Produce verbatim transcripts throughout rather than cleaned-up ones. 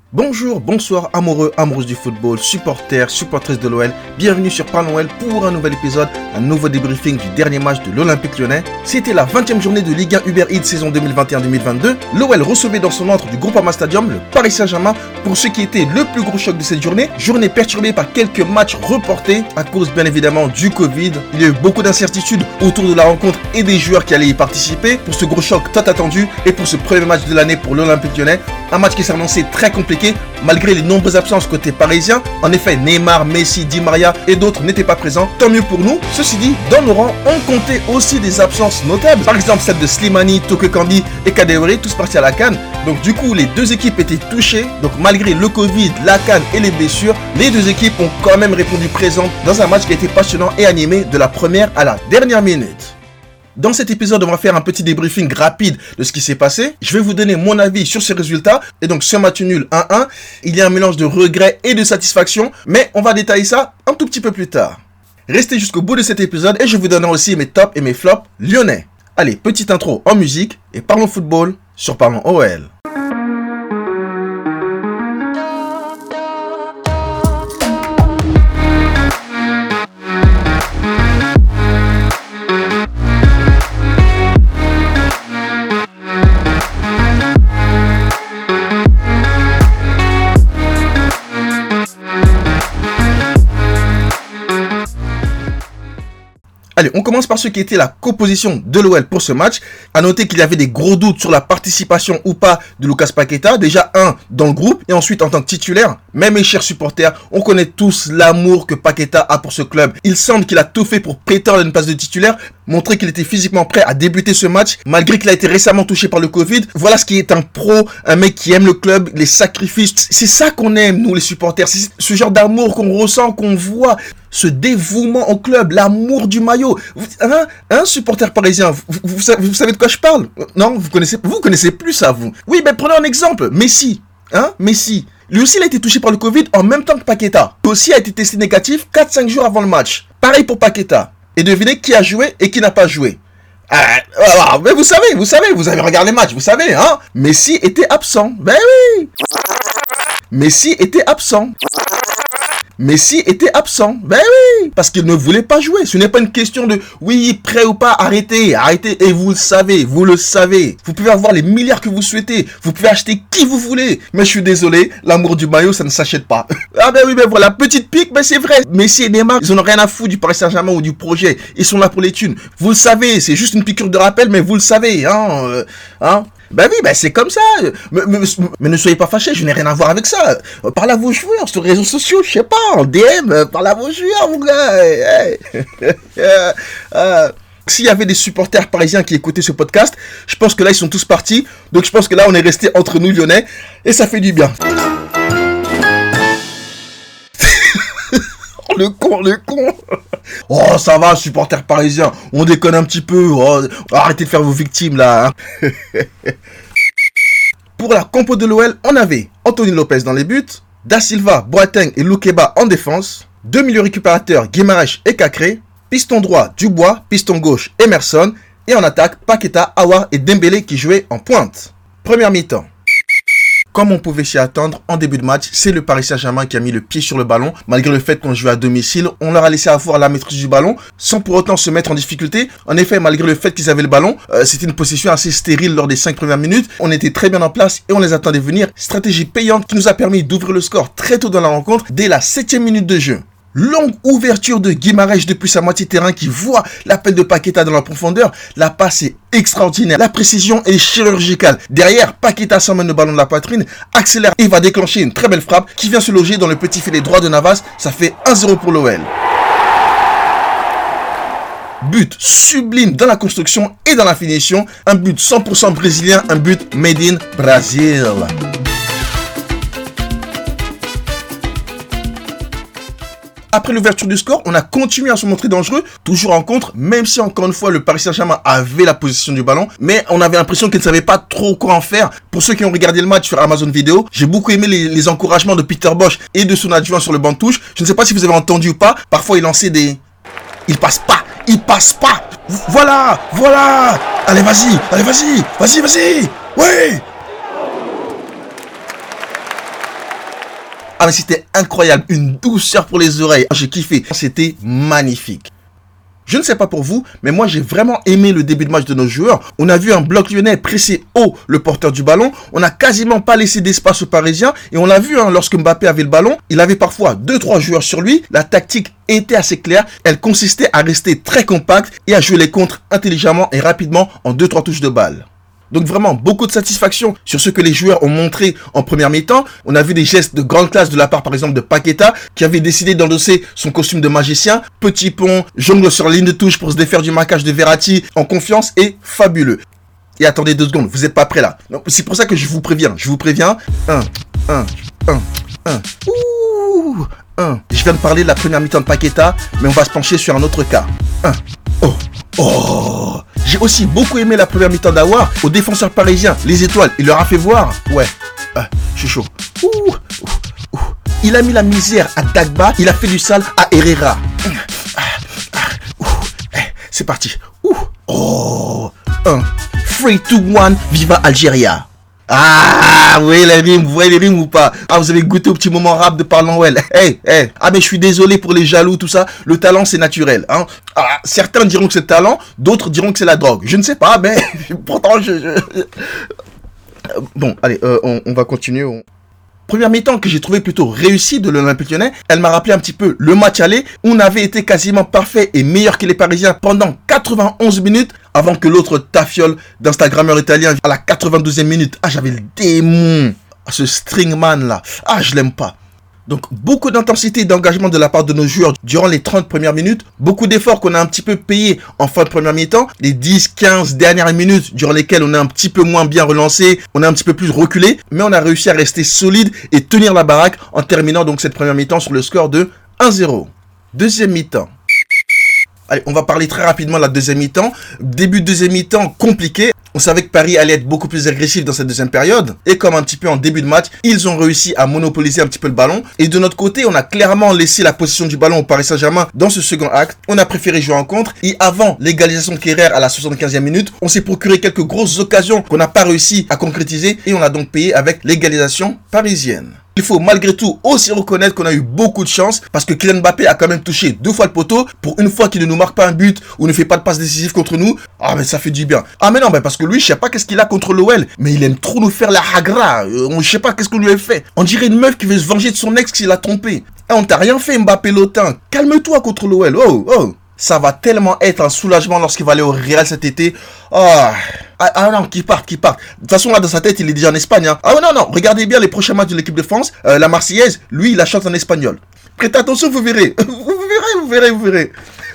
Bonjour, bonsoir, amoureux, amoureuses du football, supporters, supportrices de l'O L. Bienvenue sur Parlons O L pour un nouvel épisode, un nouveau débriefing du dernier match de l'Olympique Lyonnais. C'était la vingtième journée de Ligue un Uber Eats saison deux mille vingt et un deux mille vingt-deux. L'O L recevait dans son antre du Groupama Stadium le Paris Saint-Germain pour ce qui était le plus gros choc de cette journée. Journée perturbée par quelques matchs reportés à cause bien évidemment du Covid. Il y a eu beaucoup d'incertitudes autour de la rencontre et des joueurs qui allaient y participer pour ce gros choc tant attendu et pour ce premier match de l'année pour l'Olympique Lyonnais. Un match qui s'est annoncé très compliqué malgré les nombreuses absences côté parisien. En effet, Neymar, Messi, Di Maria et d'autres n'étaient pas présents. Tant mieux pour nous. Ceci dit, dans nos rangs, on comptait aussi des absences notables. Par exemple, celle de Slimani, Toko Ekambi et Kadewere, tous partis à la CAN. Donc du coup, les deux équipes étaient touchées. Donc malgré le Covid, la CAN et les blessures, les deux équipes ont quand même répondu présentes dans un match qui a été passionnant et animé de la première à la dernière minute. Dans cet épisode, on va faire un petit débriefing rapide de ce qui s'est passé. Je vais vous donner mon avis sur ces résultats. Et donc, ce match nul un un, il y a un mélange de regret et de satisfaction. Mais on va détailler ça un tout petit peu plus tard. Restez jusqu'au bout de cet épisode et je vous donnerai aussi mes tops et mes flops lyonnais. Allez, petite intro en musique et parlons football sur Parlons O L. Allez, on commence par ce qui était la composition de l'O L pour ce match. À noter qu'il y avait des gros doutes sur la participation ou pas de Lucas Paqueta. Déjà un dans le groupe et ensuite en tant que titulaire. Même mes chers supporters, on connaît tous l'amour que Paqueta a pour ce club. Il semble qu'il a tout fait pour prétendre à une place de titulaire, montrer qu'il était physiquement prêt à débuter ce match, malgré qu'il a été récemment touché par le Covid. Voilà ce qui est un pro, un mec qui aime le club, les sacrifices. C'est ça qu'on aime, nous les supporters. C'est ce genre d'amour qu'on ressent, qu'on voit. Ce dévouement au club, l'amour du maillot. Hein, un supporter parisien, vous, vous, savez, vous savez de quoi je parle? Non, vous connaissez, vous connaissez plus ça, vous. Oui, mais prenez un exemple. Messi. Hein, Messi. Lui aussi, il a été touché par le Covid en même temps que Paqueta. Lui aussi a été testé négatif quatre à cinq jours avant le match. Pareil pour Paqueta. Et devinez qui a joué et qui n'a pas joué. Ah, ah, mais vous savez, vous savez, vous avez regardé le match, vous savez, hein. Messi était absent. Ben oui. Messi était absent. Messi était absent. Ben oui, parce qu'il ne voulait pas jouer. Ce n'est pas une question de oui, prêt ou pas, arrêtez, arrêtez. Et vous le savez, vous le savez. Vous pouvez avoir les milliards que vous souhaitez. Vous pouvez acheter qui vous voulez. Mais je suis désolé, l'amour du maillot, ça ne s'achète pas. Ah ben oui, ben voilà, petite pique, mais c'est vrai. Messi et Neymar, ils en ont rien à foutre du Paris Saint-Germain ou du projet. Ils sont là pour les thunes. Vous le savez, c'est juste une piqûre de rappel, mais vous le savez, hein, euh, hein. Ben oui, ben c'est comme ça. Mais, mais, mais ne soyez pas fâchés, je n'ai rien à voir avec ça. Parlez à vos joueurs sur les réseaux sociaux, je sais pas, en D M, parlez à vos joueurs, mon gars. Hey. euh, euh. S'il y avait des supporters parisiens qui écoutaient ce podcast, je pense que là, ils sont tous partis. Donc je pense que là, on est resté entre nous, Lyonnais, et ça fait du bien. Le con, le con. Oh, ça va, supporters parisiens. On déconne un petit peu. Oh, arrêtez de faire vos victimes, là. Pour la compo de l'O L, on avait Anthony Lopez dans les buts, Da Silva, Boateng et Loukeba en défense, deux milieux récupérateurs, Guimarães et Cacré, piston droit, Dubois, piston gauche, Emerson, et en attaque, Paqueta, Aouar et Dembélé qui jouaient en pointe. Première mi-temps. Comme on pouvait s'y attendre, en début de match, c'est le Paris Saint-Germain qui a mis le pied sur le ballon. Malgré le fait qu'on jouait à domicile, on leur a laissé avoir la maîtrise du ballon, sans pour autant se mettre en difficulté. En effet, malgré le fait qu'ils avaient le ballon, euh, c'était une possession assez stérile lors des cinq premières minutes. On était très bien en place et on les attendait venir. Stratégie payante qui nous a permis d'ouvrir le score très tôt dans la rencontre, dès la septième minute de jeu. Longue ouverture de Guimarães depuis sa moitié terrain qui voit l'appel de Paqueta dans la profondeur. La passe est extraordinaire. La précision est chirurgicale. Derrière, Paqueta s'emmène le ballon de la poitrine, accélère et va déclencher une très belle frappe qui vient se loger dans le petit filet droit de Navas. Ça fait un zéro pour l'O L. But sublime dans la construction et dans la finition. Un but cent pour cent brésilien, un but made in Brazil. Après l'ouverture du score, on a continué à se montrer dangereux, toujours en contre, même si encore une fois le Paris Saint-Germain avait la possession du ballon, mais on avait l'impression qu'il ne savait pas trop quoi en faire. Pour ceux qui ont regardé le match sur Amazon Vidéo, j'ai beaucoup aimé les, les encouragements de Peter Bosz et de son adjoint sur le banc de touche. Je ne sais pas si vous avez entendu ou pas, parfois il lançait des... Il passe pas, il passe pas. Voilà, voilà. Allez, vas-y, allez, vas-y, vas-y, vas-y. Ouais. Ah mais c'était incroyable, une douceur pour les oreilles. J'ai kiffé, c'était magnifique. Je ne sais pas pour vous, mais moi j'ai vraiment aimé le début de match de nos joueurs. On a vu un bloc lyonnais presser haut le porteur du ballon. On n'a quasiment pas laissé d'espace aux Parisiens. Et on l'a vu, hein, lorsque Mbappé avait le ballon, il avait parfois deux trois joueurs sur lui. La tactique était assez claire. Elle consistait à rester très compact et à jouer les contres intelligemment et rapidement en deux trois touches de balle. Donc vraiment, beaucoup de satisfaction sur ce que les joueurs ont montré en première mi-temps. On a vu des gestes de grande classe de la part, par exemple, de Paqueta, qui avait décidé d'endosser son costume de magicien. Petit pont, jongle sur la ligne de touche pour se défaire du marquage de Verratti en confiance et fabuleux. Et attendez deux secondes, vous n'êtes pas prêts là. C'est pour ça que je vous préviens, je vous préviens. un, un, un, un. Ouh, un. Je viens de parler de la première mi-temps de Paqueta, mais on va se pencher sur un autre cas. un. Oh, oh. J'ai aussi beaucoup aimé la première mi-temps d'Aouar. Aux défenseurs parisiens, les étoiles, il leur a fait voir. Ouais, ah, je suis chaud. Ouh, ouh, ouh. Il a mis la misère à Dagba, il a fait du sale à Herrera. Ah, ah, ouh. Eh, c'est parti. Ouh. Oh, un. three, two, one, viva Algéria. Ah, vous voyez les rimes, vous voyez les rimes ou pas? Ah, vous avez goûté au petit moment rap de Parlant Well. Hey, hey. Ah, mais je suis désolé pour les jaloux, tout ça. Le talent, c'est naturel, hein. Ah, certains diront que c'est le talent, d'autres diront que c'est la drogue. Je ne sais pas, mais pourtant, je... je... Bon, allez, euh, on, on va continuer. On... Première mi-temps que j'ai trouvé plutôt réussie de l'Olympique Lyonnais, elle m'a rappelé un petit peu le match aller où on avait été quasiment parfait et meilleur que les Parisiens pendant quatre-vingt-onze minutes avant que l'autre tafiole d'Instagrammeur italien à la quatre-vingt-douzième minute. Ah, j'avais le démon, ce stringman là. Ah, je l'aime pas. Donc, beaucoup d'intensité et d'engagement de la part de nos joueurs durant les trente premières minutes. Beaucoup d'efforts qu'on a un petit peu payés en fin de première mi-temps. Les dix quinze dernières minutes durant lesquelles on est un petit peu moins bien relancé. On est un petit peu plus reculé. Mais on a réussi à rester solide et tenir la baraque en terminant donc cette première mi-temps sur le score de un zéro. Deuxième mi-temps. Allez, on va parler très rapidement de la deuxième mi-temps. Début de deuxième mi-temps compliqué. On savait que Paris allait être beaucoup plus agressif dans cette deuxième période. Et comme un petit peu en début de match, ils ont réussi à monopoliser un petit peu le ballon. Et de notre côté, on a clairement laissé la possession du ballon au Paris Saint-Germain dans ce second acte. On a préféré jouer en contre. Et avant l'égalisation de Kerrer à la soixante-quinzième minute, on s'est procuré quelques grosses occasions qu'on n'a pas réussi à concrétiser. Et on a donc payé avec l'égalisation parisienne. Il faut malgré tout aussi reconnaître qu'on a eu beaucoup de chance parce que Kylian Mbappé a quand même touché deux fois le poteau pour une fois qu'il ne nous marque pas un but ou ne fait pas de passe décisive contre nous. Ah mais ça fait du bien. Ah mais non, mais parce que lui, je sais pas qu'est-ce qu'il a contre l'O L, mais il aime trop nous faire la hagra. Euh, on je sais pas qu'est-ce qu'on lui a fait. On dirait une meuf qui veut se venger de son ex qui l'a trompé. Ah, on t'a rien fait, Mbappé Lotin. Calme-toi contre l'O L. Oh, oh. Ça va tellement être un soulagement lorsqu'il va aller au Real cet été. Oh. Ah, ah non, qu'il parte, qu'il parte. De toute façon, là, dans sa tête, il est déjà en Espagne. Hein. Ah non, non, regardez bien les prochains matchs de l'équipe de France. Euh, la Marseillaise, lui, il la chante en espagnol. Prêtez attention, vous verrez. Vous verrez, vous verrez, vous verrez.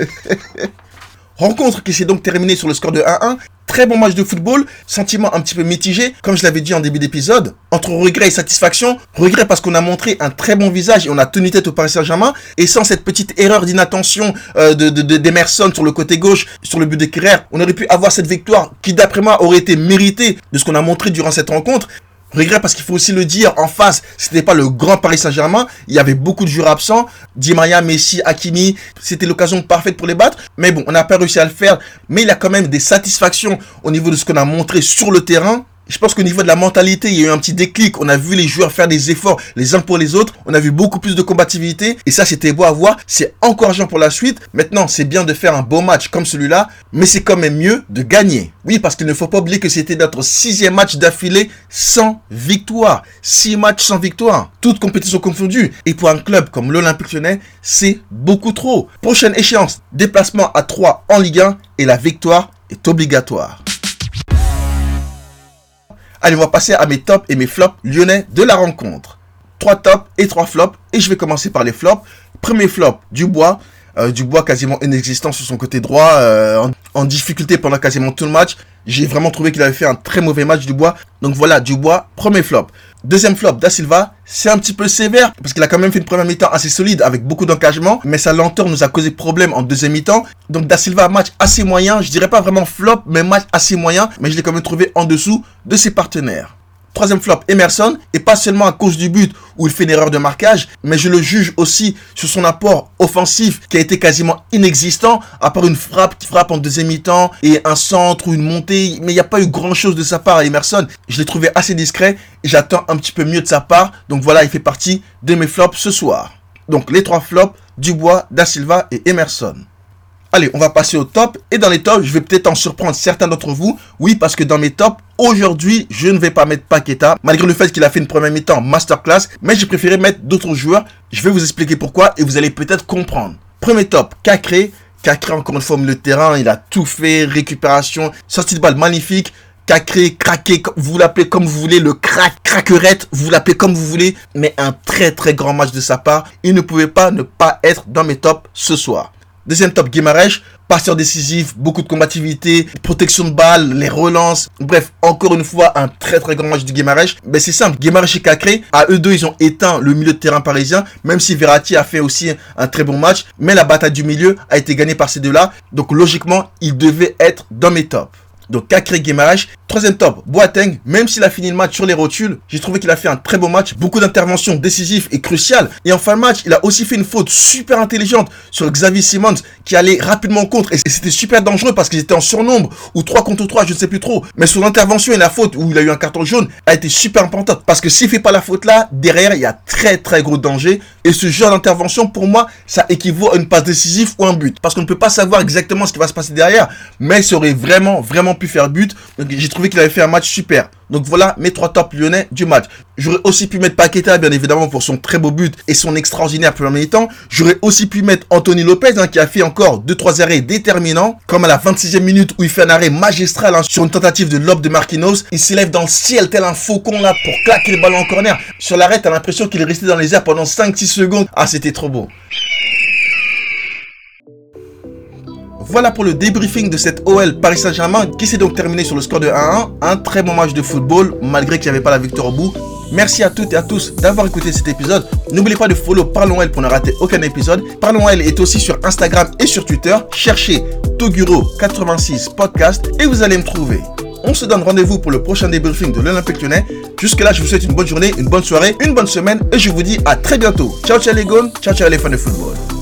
Rencontre qui s'est donc terminée sur le score de un un. Très bon match de football, sentiment un petit peu mitigé, comme je l'avais dit en début d'épisode. Entre regret et satisfaction, regret parce qu'on a montré un très bon visage et on a tenu tête au Paris Saint-Germain. Et sans cette petite erreur d'inattention euh, de, de, de, d'Emerson sur le côté gauche, sur le but de Kerrer, on aurait pu avoir cette victoire qui d'après moi aurait été méritée de ce qu'on a montré durant cette rencontre. Regret parce qu'il faut aussi le dire, en face, c'était pas le grand Paris Saint-Germain, il y avait beaucoup de joueurs absents, Di Maria, Messi, Hakimi, c'était l'occasion parfaite pour les battre, mais bon, on n'a pas réussi à le faire, mais il y a quand même des satisfactions au niveau de ce qu'on a montré sur le terrain. Je pense qu'au niveau de la mentalité, il y a eu un petit déclic. On a vu les joueurs faire des efforts les uns pour les autres. On a vu beaucoup plus de combativité. Et ça, c'était beau à voir. C'est encourageant pour la suite. Maintenant, c'est bien de faire un beau match comme celui-là. Mais c'est quand même mieux de gagner. Oui, parce qu'il ne faut pas oublier que c'était notre sixième match d'affilée sans victoire. Six matchs sans victoire. Toutes compétitions confondues. Et pour un club comme l'Olympique Lyonnais, c'est beaucoup trop. Prochaine échéance. Déplacement à Troyes en Ligue un. Et la victoire est obligatoire. Allez, on va passer à mes tops et mes flops lyonnais de la rencontre. Trois tops et trois flops. Et je vais commencer par les flops. Premier flop, Dubois. Euh, Dubois quasiment inexistant sur son côté droit. Euh, en, en difficulté pendant quasiment tout le match. J'ai vraiment trouvé qu'il avait fait un très mauvais match, Dubois. Donc voilà, Dubois, premier flop. Deuxième flop, Da Silva, c'est un petit peu sévère parce qu'il a quand même fait une première mi-temps assez solide avec beaucoup d'engagement, mais sa lenteur nous a causé problème en deuxième mi-temps. Donc Da Silva, match assez moyen, je dirais pas vraiment flop, mais match assez moyen, mais je l'ai quand même trouvé en dessous de ses partenaires. Troisième flop, Emerson, et pas seulement à cause du but où il fait une erreur de marquage, mais je le juge aussi sur son apport offensif qui a été quasiment inexistant, à part une frappe qui frappe en deuxième mi-temps et un centre ou une montée, mais il n'y a pas eu grand chose de sa part à Emerson. Je l'ai trouvé assez discret et j'attends un petit peu mieux de sa part, donc voilà, il fait partie de mes flops ce soir. Donc les trois flops, Dubois, Da Silva et Emerson. Allez, on va passer au top. Et dans les tops, je vais peut-être en surprendre certains d'entre vous. Oui, parce que dans mes tops, aujourd'hui, je ne vais pas mettre Paqueta, malgré le fait qu'il a fait une première mi-temps masterclass. Mais j'ai préféré mettre d'autres joueurs. Je vais vous expliquer pourquoi et vous allez peut-être comprendre. Premier top, Cacré. Cacré, encore une fois, au milieu de terrain. Il a tout fait. Récupération, sortie de balle magnifique. Cacré, craqué, vous l'appelez comme vous voulez, le crack, craquerette, vous l'appelez comme vous voulez. Mais un très très grand match de sa part. Il ne pouvait pas ne pas être dans mes tops ce soir. Deuxième top, Guimarães, passeur décisif, beaucoup de combativité, protection de balle, les relances. Bref, encore une fois, un très très grand match de Guimarães. Mais c'est simple, Guimarães et Cacré, à eux deux, ils ont éteint le milieu de terrain parisien, même si Verratti a fait aussi un très bon match. Mais la bataille du milieu a été gagnée par ces deux-là. Donc logiquement, ils devaient être dans mes tops. Donc Cacré, Guimarães. Troisième top, Boateng. Même s'il a fini le match sur les rotules, j'ai trouvé qu'il a fait un très beau match. Beaucoup d'interventions décisives et cruciales. Et en fin de match, il a aussi fait une faute super intelligente sur Xavi Simons qui allait rapidement contre. Et c'était super dangereux parce qu'ils étaient en surnombre ou trois contre trois, je ne sais plus trop. Mais son intervention et la faute où il a eu un carton jaune a été super importante. Parce que s'il ne fait pas la faute là, derrière, il y a très très gros danger. Et ce genre d'intervention, pour moi, ça équivaut à une passe décisive ou un but. Parce qu'on ne peut pas savoir exactement ce qui va se passer derrière. Mais ça aurait vraiment, vraiment pu faire but. Donc j'ai trouvé qu'il avait fait un match super. Donc voilà mes trois tops lyonnais du match. J'aurais aussi pu mettre Paqueta, bien évidemment, pour son très beau but et son extraordinaire premier mi-temps. J'aurais aussi pu mettre Anthony Lopez, hein, qui a fait encore deux trois arrêts déterminants. Comme à la vingt-sixième minute où il fait un arrêt magistral, hein, sur une tentative de lob de Marquinhos. Il s'élève dans le ciel tel un faucon là pour claquer le ballon en corner. Sur l'arrêt, t'as l'impression qu'il est resté dans les airs pendant cinq six secondes. Ah, c'était trop beau. Voilà pour le débriefing de cette O L Paris Saint-Germain qui s'est donc terminé sur le score de un à un. Un très bon match de football malgré qu'il n'y avait pas la victoire au bout. Merci à toutes et à tous d'avoir écouté cet épisode. N'oubliez pas de follow Parlons L pour ne rater aucun épisode. Parlons L est aussi sur Instagram et sur Twitter. Cherchez Toguro quatre-vingt-six podcast et vous allez me trouver. On se donne rendez-vous pour le prochain débriefing de l'Olympique Lyonnais. Jusque là, je vous souhaite une bonne journée, une bonne soirée, une bonne semaine et je vous dis à très bientôt. Ciao ciao les gones, ciao ciao les fans de football.